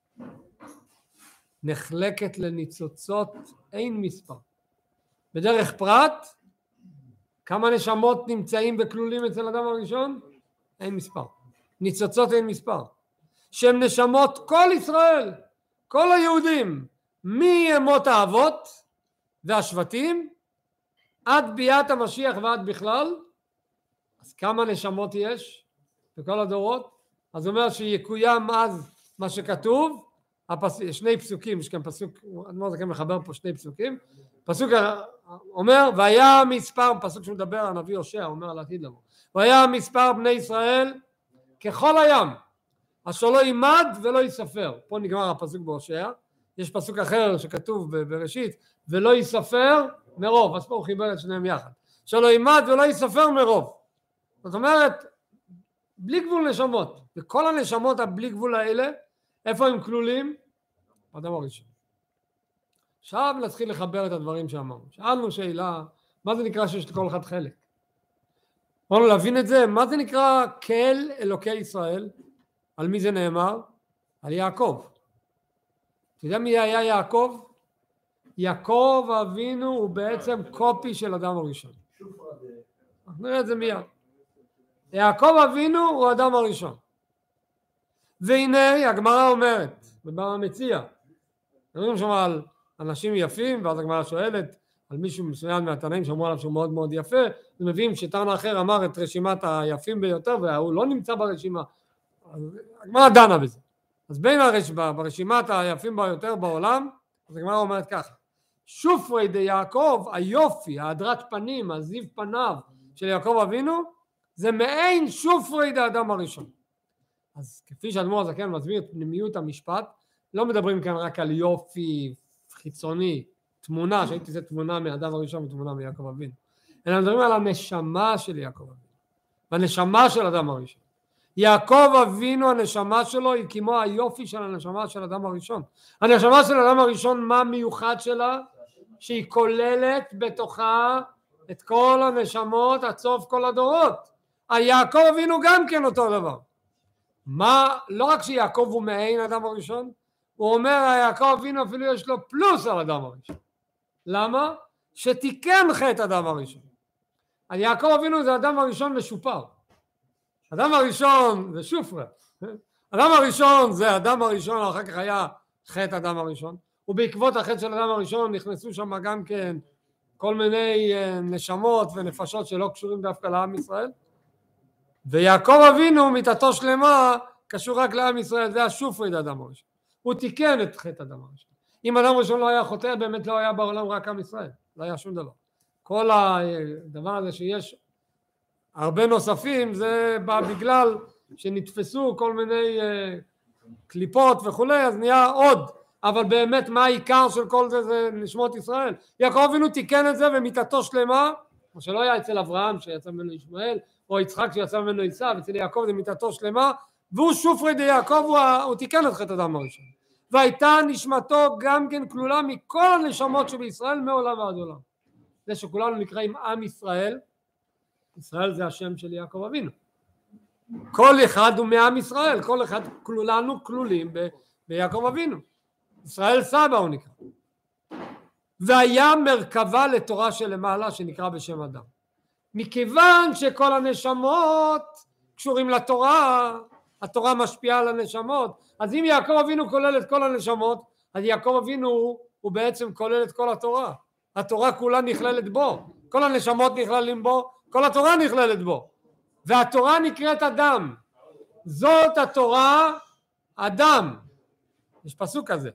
נחלקת לניצוצות אין מספר. בדרך פרט, כמה נשמות נמצאים וכלולים אצל אדם הראשון? אין מספר. ניצוצות אין מספר. שהם נשמות כל ישראל, כל היהודים, מימות האבות והשבטים, עד ביאת המשיח ועד בכלל. אז כמה נשמות יש בכל הדורות? אז הוא אומר שיקוים אז מה שכתוב, שני פסוקים, יש כאן פסוק, אני לא זוכר מחבר פה שני פסוקים, פסוק אומר, והיה מספר, פסוק שמדבר, הנביא הושע, אומר על עתיד לבוא, והיה מספר בני ישראל ככל הים, אשר לא יימד ולא ייספר. פה נגמר הפסוק בהושע, יש פסוק אחר שכתוב בראשית, ולא ייספר מרוב, אז פה הוא חיבר את שניהם יחד, שלא יימד ולא ייספר מרוב. זאת אומרת, בלי גבול נשמות, וכל הנשמות הבלי גבול האלה, איפה הם כלולים? אדם הראשון. עכשיו נתחיל לחבר את הדברים שאמרנו. שאלנו שאלה, מה זה נקרא שיש לכל אחד חלק? אמרנו להבין את זה, מה זה נקרא כל אלוקי ישראל? על מי זה נאמר? על יעקב. אתה יודע מי היה יעקב? יעקב אבינו הוא בעצם קופי של אדם הראשון. נראה את זה מיד. יעקב אבינו הוא אדם הראשון. והנה הגמרא אומרת, במציע, מדברים שם על אנשים יפים, ואז הגמרא שואלת על מישהו מסוים מהתנאים שאמרו עליו שהוא מאוד מאוד יפה, ומביאים שתנא אחר אמר את רשימת היפים ביותר, והוא לא נמצא ברשימה. הגמרא דנה בזה. אז בין ברשימת היפים ביותר בעולם, אז הגמרא אומרת ככה, שופרי דיעקב, היופי, ההדרת פנים, הזיו פניו של יעקב אבינו, זה מעין שופרי דאדם הראשון. אז כפי שאדמו"ר הזקן מסביר את פנימיות המשפט, לא מדברים כאן רק על יופי חיצוני, תמונה, שהייתי זה תמונה מאדם הראשון ותמונה מיעקב אבינו, אלא מדברים על הנשמה של יעקב אבינו, והנשמה של אדם הראשון. יעקב אבינו, הנשמה שלו היא כמו היופי של הנשמה של אדם הראשון. הנשמה של אדם הראשון, מה מיוחד שלה? שהיא כוללת בתוכה את כל הנשמות עד סוף כל הדורות. יעקב אבינו גם כן אותו דבר. מה, לא רק שיעקב הוא מעין אדם הראשון, הוא אומר יעקב אבינו אפילו יש לו פלוס על אדם הראשון. למה? שתיקן חטא אדם הראשון. יעקב אבינו זה אדם הראשון משופר. אדם הראשון זה שופרה. אדם הראשון זה אדם הראשון, אחר כך היה חטא אדם הראשון, ובעקבות החטא של אדם הראשון נכנסו שם גם כן כל מיני נשמות ונפשות שלא קשורים דווקא לעם ישראל. ויעקב אבינו מיתתו שלמה קשור רק לעם ישראל, זה השופרי לאדם הראשון. הוא תיקן את חטא אדם הראשון. אם אדם הראשון לא היה חוטא, באמת לא היה בעולם רק עם ישראל, לא היה שום דבר. כל הדבר הזה שיש הרבה נוספים, זה בא בגלל שנתפסו כל מיני קליפות וכולי, אז נהיה עוד. אבל באמת מה העיקר של כל זה? זה נשמות ישראל. יעקב אבינו תיקן את זה ומיתתו שלמה, כמו שלא היה אצל אברהם שיצא ממנו ישמעאל, או יצחק שיצא ממנו עשיו, אצל יעקב זה מיתתו שלמה, והוא שופרי דיעקב, הוא תיקן את חטא אדם הראשון. והייתה נשמתו גם כן כלולה מכל הנשמות שבישראל מעולם ועד עולם. זה שכולנו נקראים עם ישראל, ישראל זה השם של יעקב אבינו. כל אחד הוא מעם ישראל, כל אחד כולנו כלולים ביעקב אבינו. ישראל סבא הוא נקרא. והיה מרכבה לתורה שלמעלה שנקרא בשם אדם. מכיוון שכל הנשמות קשורים לתורה, התורה משפיעה על הנשמות, אז אם יעקב אבינו כולל את כל הנשמות, אז יעקב אבינו הוא בעצם כולל את כל התורה. התורה כולה נכללת בו, כל הנשמות נכללים בו, כל התורה נכללת בו. והתורה נקראת אדם. זאת התורה, אדם. יש פסוק כזה.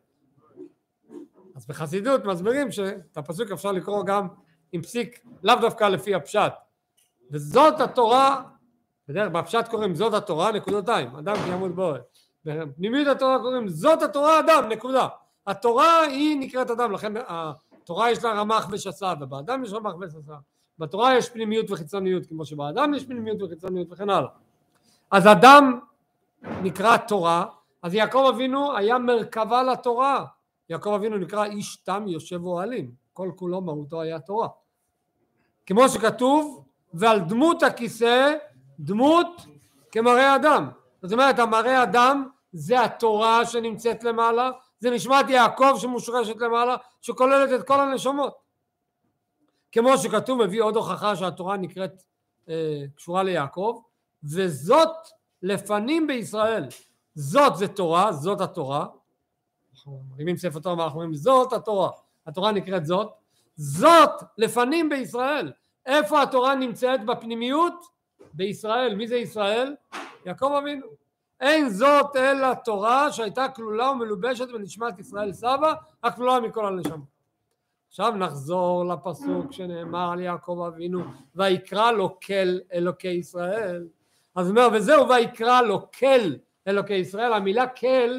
אז בחסידות מסבירים שאת הפסוק אפשר לקרוא גם עם פסיק, לאו דווקא לפי הפשט. וזאת התורה, בדרך בפשט קוראים זאת התורה, נקודתיים, אדם כי ימות באוהל. בפנימיות התורה קוראים זאת התורה, אדם, נקודה. התורה היא נקראת אדם, לכן התורה יש לה רמ"ח ושס"ה, ובאדם יש רמ"ח ושס"ה. בתורה יש פנימיות וחיצוניות, כמו שבאדם יש פנימיות וחיצוניות וכן הלאה. אז אדם נקרא תורה, אז יעקב אבינו היה מרכבה לתורה. יעקב אבינו נקרא איש תם יושב אוהלים, כל כולו מהותו היה תורה. כמו שכתוב, ועל דמות הכיסא דמות כמראה אדם. זאת אומרת, המראה אדם זה התורה שנמצאת למעלה, זה נשמת יעקב שמושרשת למעלה, שכוללת את כל הנשמות. כמו שכתוב, מביא עוד הוכחה שהתורה נקראת קשורה ליעקב, וזאת לפנים בישראל. זאת זה תורה, זאת התורה. אנחנו מרימים ספר תורה, אנחנו אומרים זאת התורה. התורה נקראת זאת. זאת לפנים בישראל. איפה התורה נמצאת בפנימיות? בישראל. מי זה ישראל? יעקב אבינו. אין זאת אלא תורה שהייתה כלולה ומלובשת בנשמת ישראל סבא, הכלולה מכל הנשמות. עכשיו נחזור לפסוק שנאמר על יעקב אבינו, ויקרא לו כל אלוקי ישראל. אז אומר, וזהו, ויקרא לו כל אלוקי ישראל. המילה כל,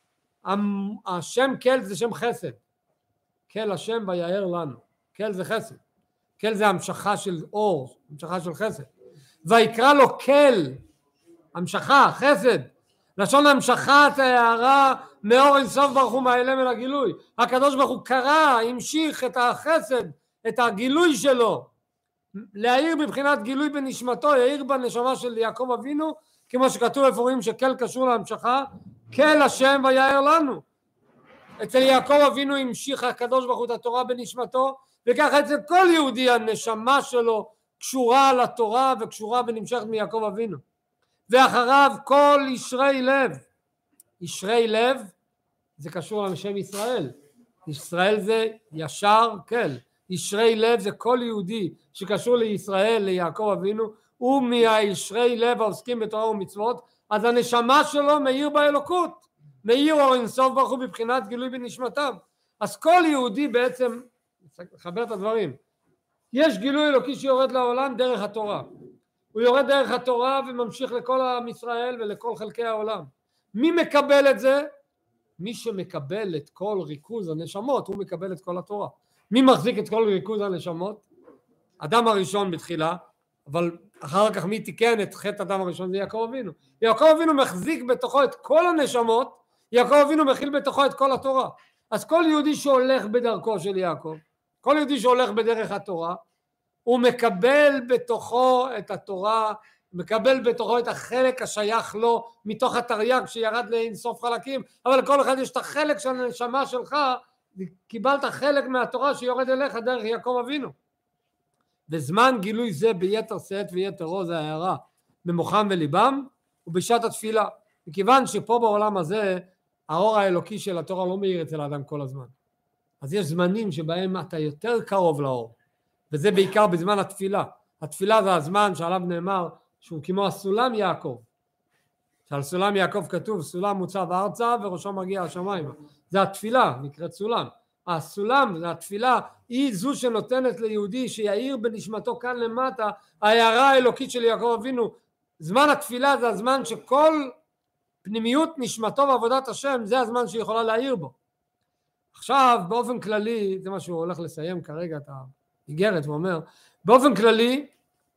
השם כל זה שם חסד. כל השם ויער לנו. כל זה חסד. כל זה המשכה של אור, המשכה של חסד. ויקרא לו כל, המשכה, חסד. לשון המשכת ההערה מאור אינסוף ברוך הוא מהאלם אל הגילוי. הקדוש ברוך הוא קרא, המשיך את החסד, את הגילוי שלו, להעיר בבחינת גילוי בנשמתו, יעיר בנשמה של יעקב אבינו, כמו שכתוב בפורים שכל קשור להמשכה, כל השם ויער לנו. אצל יעקב אבינו המשיך הקדוש ברוך הוא את התורה בנשמתו, וככה אצל כל יהודי הנשמה שלו קשורה לתורה וקשורה ונמשכת מיעקב אבינו. ואחריו כל ישרי לב. ישרי לב זה קשור לשם ישראל. ישראל זה ישר כל. ישרי לב זה כל יהודי שקשור לישראל, ליעקב אבינו, ומהישרי לב העוסקים בתורה ומצוות, אז הנשמה שלו מאיר באלוקות. מאיר אור אינסוף ברוך הוא בבחינת גילוי בנשמתיו. אז כל יהודי בעצם, חבר את הדברים, יש גילוי אלוקי שיורד לעולם דרך התורה. הוא יורד דרך התורה וממשיך לכל עם ישראל ולכל חלקי העולם. מי מקבל את זה? מי שמקבל את כל ריכוז הנשמות, הוא מקבל את כל התורה. מי מחזיק את כל ריכוז הנשמות? אדם הראשון בתחילה, אבל אחר כך מי תיקן את חטא אדם הראשון? זה יעקב אבינו. יעקב אבינו מחזיק בתוכו את כל הנשמות, יעקב אבינו מכיל בתוכו את כל התורה. אז כל יהודי שהולך בדרכו של יעקב, כל יהודי שהולך בדרך התורה, הוא מקבל בתוכו את התורה, מקבל בתוכו את החלק השייך לו מתוך התרי"ג שירד לאינסוף חלקים, אבל לכל אחד יש את החלק של הנשמה שלך, קיבלת חלק מהתורה שיורד אליך דרך יעקב אבינו. וזמן גילוי זה ביתר שאת ויתר עוז ההערה במוחם וליבם ובשעת התפילה, מכיוון שפה בעולם הזה האור האלוקי של התורה לא מאיר אצל האדם כל הזמן, אז יש זמנים שבהם אתה יותר קרוב לאור, וזה בעיקר בזמן התפילה. התפילה זה הזמן שעליו נאמר שהוא כמו הסולם יעקב, שעל סולם יעקב כתוב סולם מוצב ארצה וראשו מגיע השמיים, זה התפילה, נקראת סולם. הסולם, זה התפילה, היא זו שנותנת ליהודי שיעיר בנשמתו כאן למטה ההערה האלוקית של יעקב אבינו. זמן התפילה זה הזמן שכל פנימיות נשמתו ועבודת השם, זה הזמן שהיא יכולה להעיר בו. עכשיו באופן כללי, זה מה שהוא הולך לסיים כרגע את האיגרת, הוא אומר באופן כללי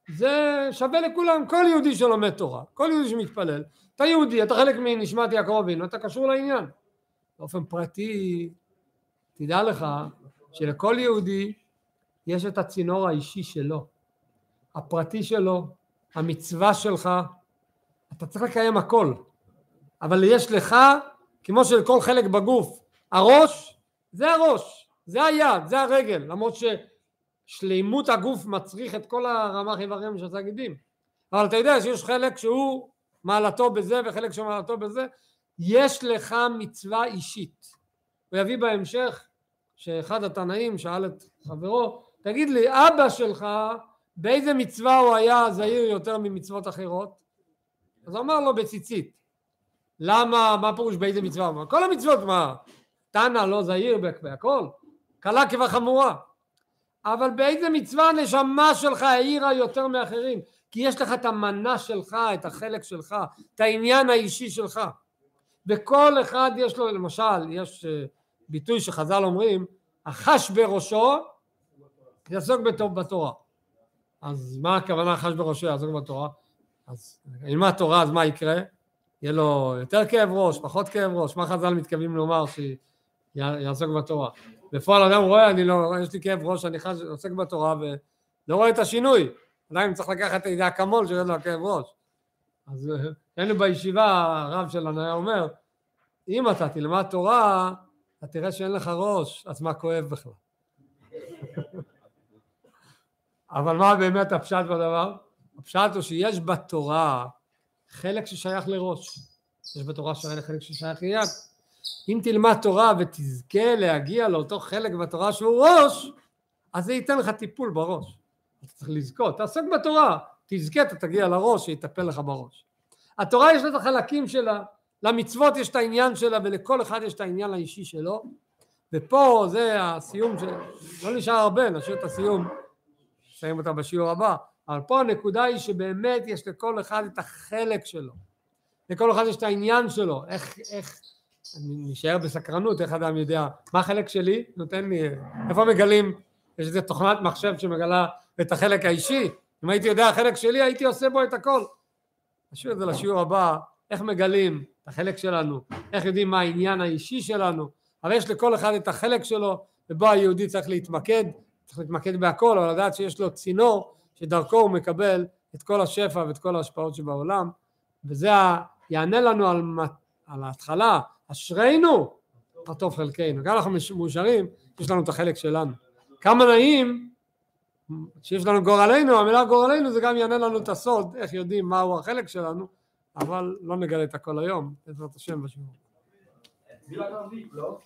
זה שווה לכולם, כל יהודי שלומד תורה, כל יהודי שמתפלל, אתה יהודי, אתה חלק מנשמת יעקב אבינו, אתה קשור לעניין. באופן פרטי תדע לך שלכל יהודי יש את הצינור האישי שלו, הפרטי שלו, המצווה שלך, אתה צריך לקיים הכל, אבל יש לך, כמו שלכל חלק בגוף, הראש, זה הראש, זה היד, זה הרגל, למרות ששלימות הגוף מצריך את כל הרמ"ח איברים שאתה גידים, אבל אתה יודע שיש חלק שהוא מעלתו בזה וחלק שמעלתו בזה, יש לך מצווה אישית. הוא יביא בהמשך שאחד התנאים שאל את חברו, תגיד לי, אבא שלך באיזה מצווה הוא היה זהיר יותר ממצוות אחרות? אז הוא אמר לו בציצית. למה, מה פירוש באיזה מצווה? כל המצוות, מה? תנא לא זהיר בהכל? קלה כבחמורה. אבל באיזה מצווה הנשמה שלך העירה יותר מאחרים? כי יש לך את המנה שלך, את החלק שלך, את העניין האישי שלך. וכל אחד יש לו, למשל, יש ביטוי שחז"ל אומרים, החש בראשו יעסוק בתורה. אז מה הכוונה החש בראשו יעסוק בתורה? אז אם התורה, אז מה יקרה? יהיה לו יותר כאב ראש, פחות כאב ראש, מה חז"ל מתכוונים לומר שיעסוק בתורה. בפועל אדם רואה, יש לי כאב ראש, אני עוסק בתורה ולא רואה את השינוי, עדיין צריך לקחת את האקמול שיהיה לו כאב ראש. אז היינו בישיבה, הרב שלנו היה אומר, אם אתה תלמד תורה, אתה תראה שאין לך ראש, אז מה כואב בכלל? אבל מה באמת הפשט בדבר? הפשט הוא שיש בתורה חלק ששייך לראש. יש בתורה חלק ששייך ליד. אם תלמד תורה ותזכה להגיע לאותו חלק בתורה שהוא ראש, אז זה ייתן לך טיפול בראש. אתה צריך לזכות, תעסוק בתורה, תזכה, אתה תגיע לראש, שיטפל לך בראש. התורה יש לה את החלקים שלה, למצוות יש את העניין שלה, ולכל אחד יש את העניין האישי שלו, ופה זה הסיום, לא נשאר הרבה, נשאיר את הסיום, נסיים אותה בשיעור הבא, אבל פה הנקודה היא שבאמת יש לכל אחד את החלק שלו, לכל אחד יש את העניין שלו, איך אני נשאר בסקרנות, איך אדם יודע, מה החלק שלי? נותן לי, איפה מגלים? יש איזו תוכנת מחשב שמגלה את החלק האישי, אם הייתי יודע החלק שלי, הייתי עושה בו את הכל. נשאיר את זה לשיעור הבא, איך מגלים את החלק שלנו, איך יודעים מה העניין האישי שלנו, אבל יש לכל אחד את החלק שלו, ובו היהודי צריך להתמקד בהכל, אבל לדעת שיש לו צינור, שדרכו הוא מקבל את כל השפע ואת כל ההשפעות שבעולם, וזה יענה לנו על ההתחלה, אשרינו, הטוב חלקנו, גם אנחנו מאושרים, יש לנו את החלק שלנו. כמה נעים, שיש לנו גורלנו, המילה גורלנו זה גם יענה לנו את הסוד, איך יודעים מהו החלק שלנו, אבל לא נגלה את הכל היום, בעזרת השם בשיעור.